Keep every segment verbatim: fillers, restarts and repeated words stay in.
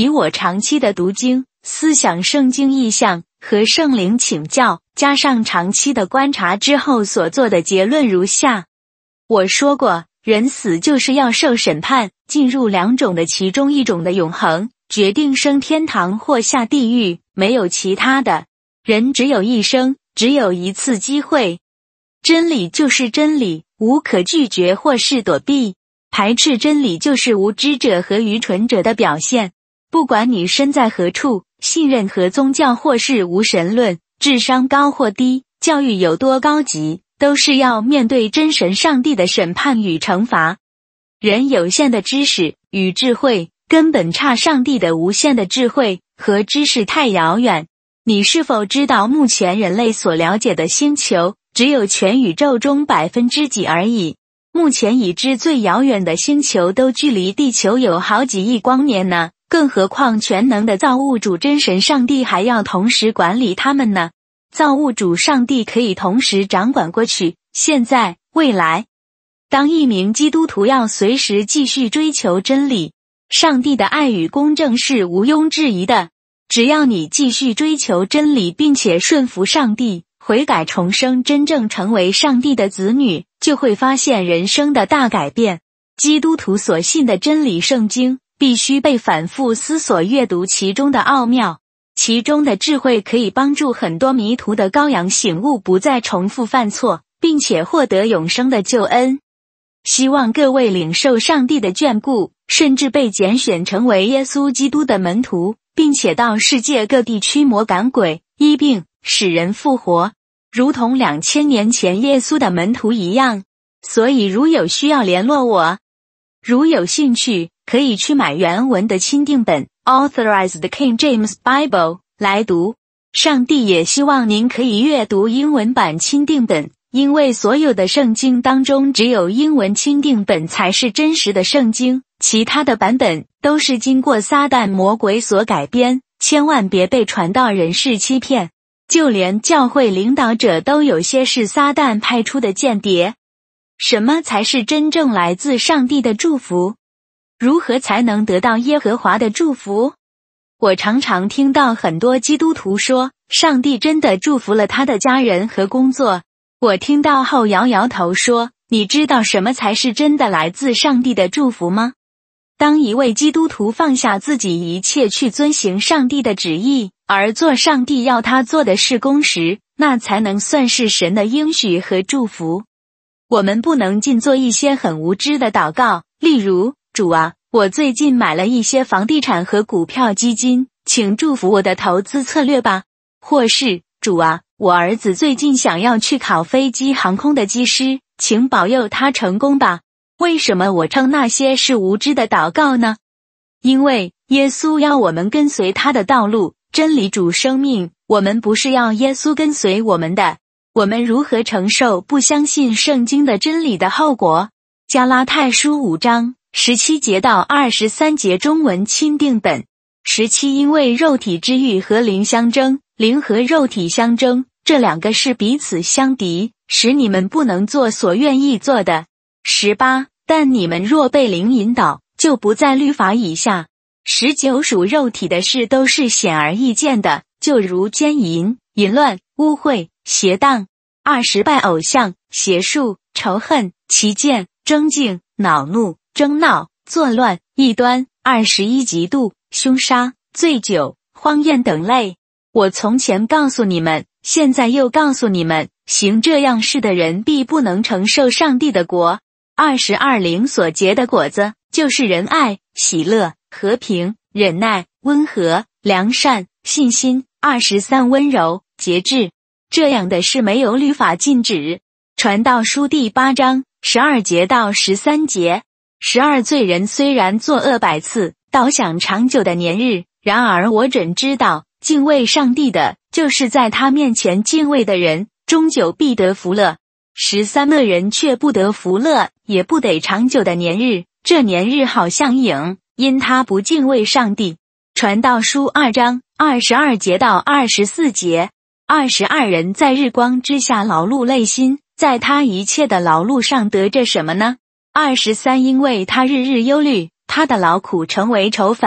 你我长期的读经、思想圣经意象和圣灵请教，加上长期的观察之后所做的结论如下。我说过，人死就是要受审判，进入两种的其中一种的永恒，决定升天堂或下地狱，没有其他的。人只有一生，只有一次机会。真理就是真理，无可拒绝或是躲避。排斥真理就是无知者和愚蠢者的表现。不管你身在何处，信任何宗教或是无神论，智商高或低，教育有多高级，都是要面对真神上帝的审判与惩罚。人有限的知识与智慧，根本差上帝的无限的智慧和知识太遥远。你是否知道目前人类所了解的星球，只有全宇宙中百分之几而已？目前已知最遥远的星球都距离地球有好几亿光年呢，更何况全能的造物主真神上帝还要同时管理他们呢？造物主上帝可以同时掌管过去、现在、未来。当一名基督徒要随时继续追求真理，上帝的爱与公正是毋庸置疑的。只要你继续追求真理，并且顺服上帝，悔改重生，真正成为上帝的子女，就会发现人生的大改变。基督徒所信的真理圣经，必须被反复思索阅读其中的奥妙，其中的智慧可以帮助很多迷途的羔羊醒悟，不再重复犯错，并且获得永生的救恩。希望各位领受上帝的眷顾，甚至被拣选成为耶稣基督的门徒，并且到世界各地驱魔赶鬼、医病、使人复活，如同两千年前耶稣的门徒一样。所以如有需要联络我，如有兴趣，可以去买原文的钦定本 Authorized King James Bible 来读。上帝也希望您可以阅读英文版钦定本，因为所有的圣经当中只有英文钦定本才是真实的圣经，其他的版本都是经过撒旦魔鬼所改编，千万别被传道人士欺骗。就连教会领导者都有些是撒旦派出的间谍。什么才是真正来自上帝的祝福？如何才能得到耶和华的祝福？我常常听到很多基督徒说，上帝真的祝福了他的家人和工作。我听到后摇摇头说，你知道什么才是真的来自上帝的祝福吗？当一位基督徒放下自己一切去遵行上帝的旨意，而做上帝要他做的事工时，那才能算是神的应许和祝福。我们不能尽做一些很无知的祷告，例如，主啊，我最近买了一些房地产和股票基金，请祝福我的投资策略吧。或是，主啊，我儿子最近想要去考飞机航空的机师，请保佑他成功吧。为什么我称那些是无知的祷告呢？因为耶稣要我们跟随他的道路，真理主生命，我们不是要耶稣跟随我们的。我们如何承受不相信圣经的真理的后果？加拉太书五章十七节到二十三节中文钦定本。十七因为肉体之欲和灵相争，灵和肉体相争，这两个是彼此相敌，使你们不能做所愿意做的。十八但你们若被灵引导，就不在律法以下。十九属肉体的事都是显而易见的，就如奸淫、淫乱、污秽、邪荡。二十拜偶像、邪术、仇恨、歧见、争竞、恼怒、争闹、作乱、异端。二十一嫉妒、凶杀、醉酒、荒宴等类。我从前告诉你们，现在又告诉你们，行这样事的人必不能承受上帝的国。二十二灵所结的果子，就是仁爱、喜乐、和平、忍耐、温和、良善、信心。二十三温柔、节制。这样的事没有律法禁止。传道书第八章十二节到十三节。十二罪人虽然作恶百次，倒享长久的年日，然而我准知道，敬畏上帝的，就是在他面前敬畏的人，终久必得福乐。十三恶人却不得福乐，也不得长久的年日，这年日好像影，因他不敬畏上帝。传道书二章二十二节到二十四节。二十二人在日光之下劳碌累心，在他一切的劳碌上得着什么呢？二十三因为他日日忧虑，他的劳苦成为愁烦，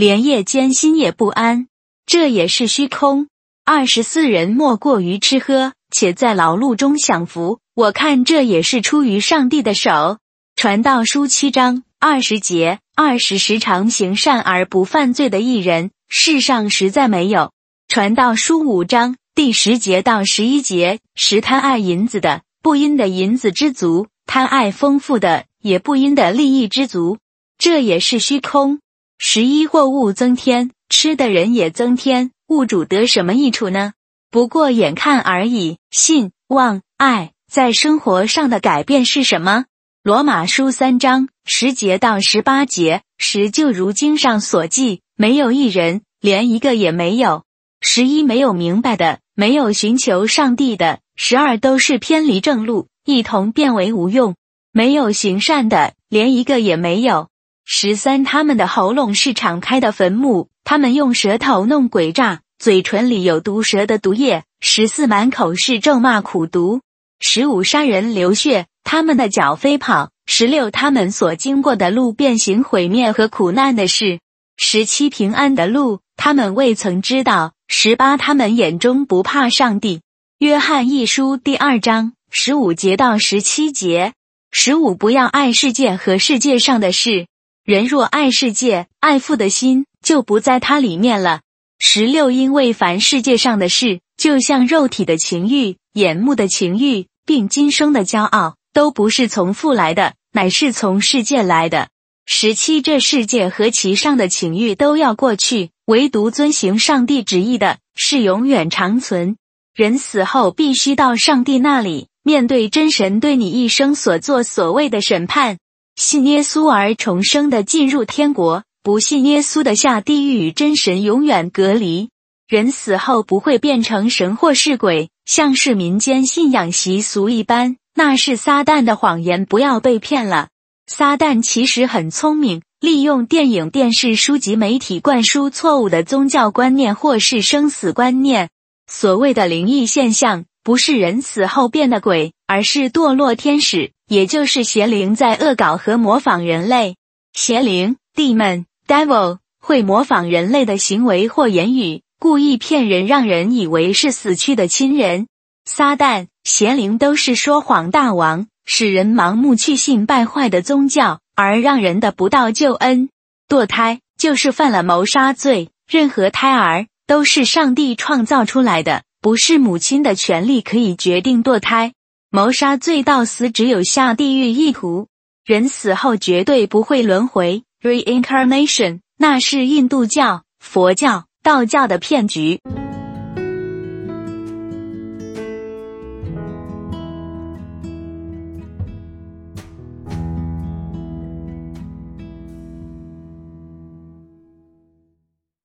连夜间心也不安，这也是虚空。二十四人莫过于吃喝，且在劳碌中享福，我看这也是出于上帝的手。传道书七章二十节，二十时常行善而不犯罪的义人，世上实在没有。传道书五章第十节到十一节，时贪爱银子的，不因的银子知足；贪爱丰富的，也不因的利益知足，这也是虚空。十一货物增添，吃的人也增添，物主得什么益处呢？不过眼看而已。信、望、爱，在生活上的改变是什么？罗马书三章十节到十八节，十就如经上所记，没有一人，连一个也没有。十一没有明白的，没有寻求上帝的。十二都是偏离正路，一同变为无用。没有行善的，连一个也没有。十三他们的喉咙是敞开的坟墓，他们用舌头弄诡诈，嘴唇里有毒蛇的毒液。十四满口是咒骂苦毒。十五杀人流血，他们的脚飞跑。十六他们所经过的路变行毁灭和苦难的事。十七平安的路，他们未曾知道。十八他们眼中不怕上帝。约翰一书第二章十五节到十七节。十五不要爱世界和世界上的事，人若爱世界，爱父的心就不在他里面了。十六因为凡世界上的事，就像肉体的情欲、眼目的情欲，并今生的骄傲，都不是从父来的，乃是从世界来的。十七这世界和其上的情欲都要过去，唯独遵行上帝旨意的，是永远长存。人死后必须到上帝那里，面对真神对你一生所做所谓的审判。信耶稣而重生的进入天国，不信耶稣的下地狱与真神永远隔离。人死后不会变成神或是鬼，像是民间信仰习俗一般，那是撒旦的谎言，不要被骗了。撒旦其实很聪明，利用电影、电视、书籍、媒体灌输错误的宗教观念或是生死观念。所谓的灵异现象，不是人死后变的鬼，而是堕落天使，也就是邪灵在恶搞和模仿人类。邪灵 demon devil 会模仿人类的行为或言语，故意骗人，让人以为是死去的亲人。撒旦、邪灵都是说谎大王，使人盲目去信败坏的宗教，而让人得不到救恩。堕胎就是犯了谋杀罪，任何胎儿都是上帝创造出来的，不是母亲的权利可以决定堕胎。谋杀罪到死只有下地狱一途，人死后绝对不会轮回 reincarnation， 那是印度教、佛教、道教的骗局。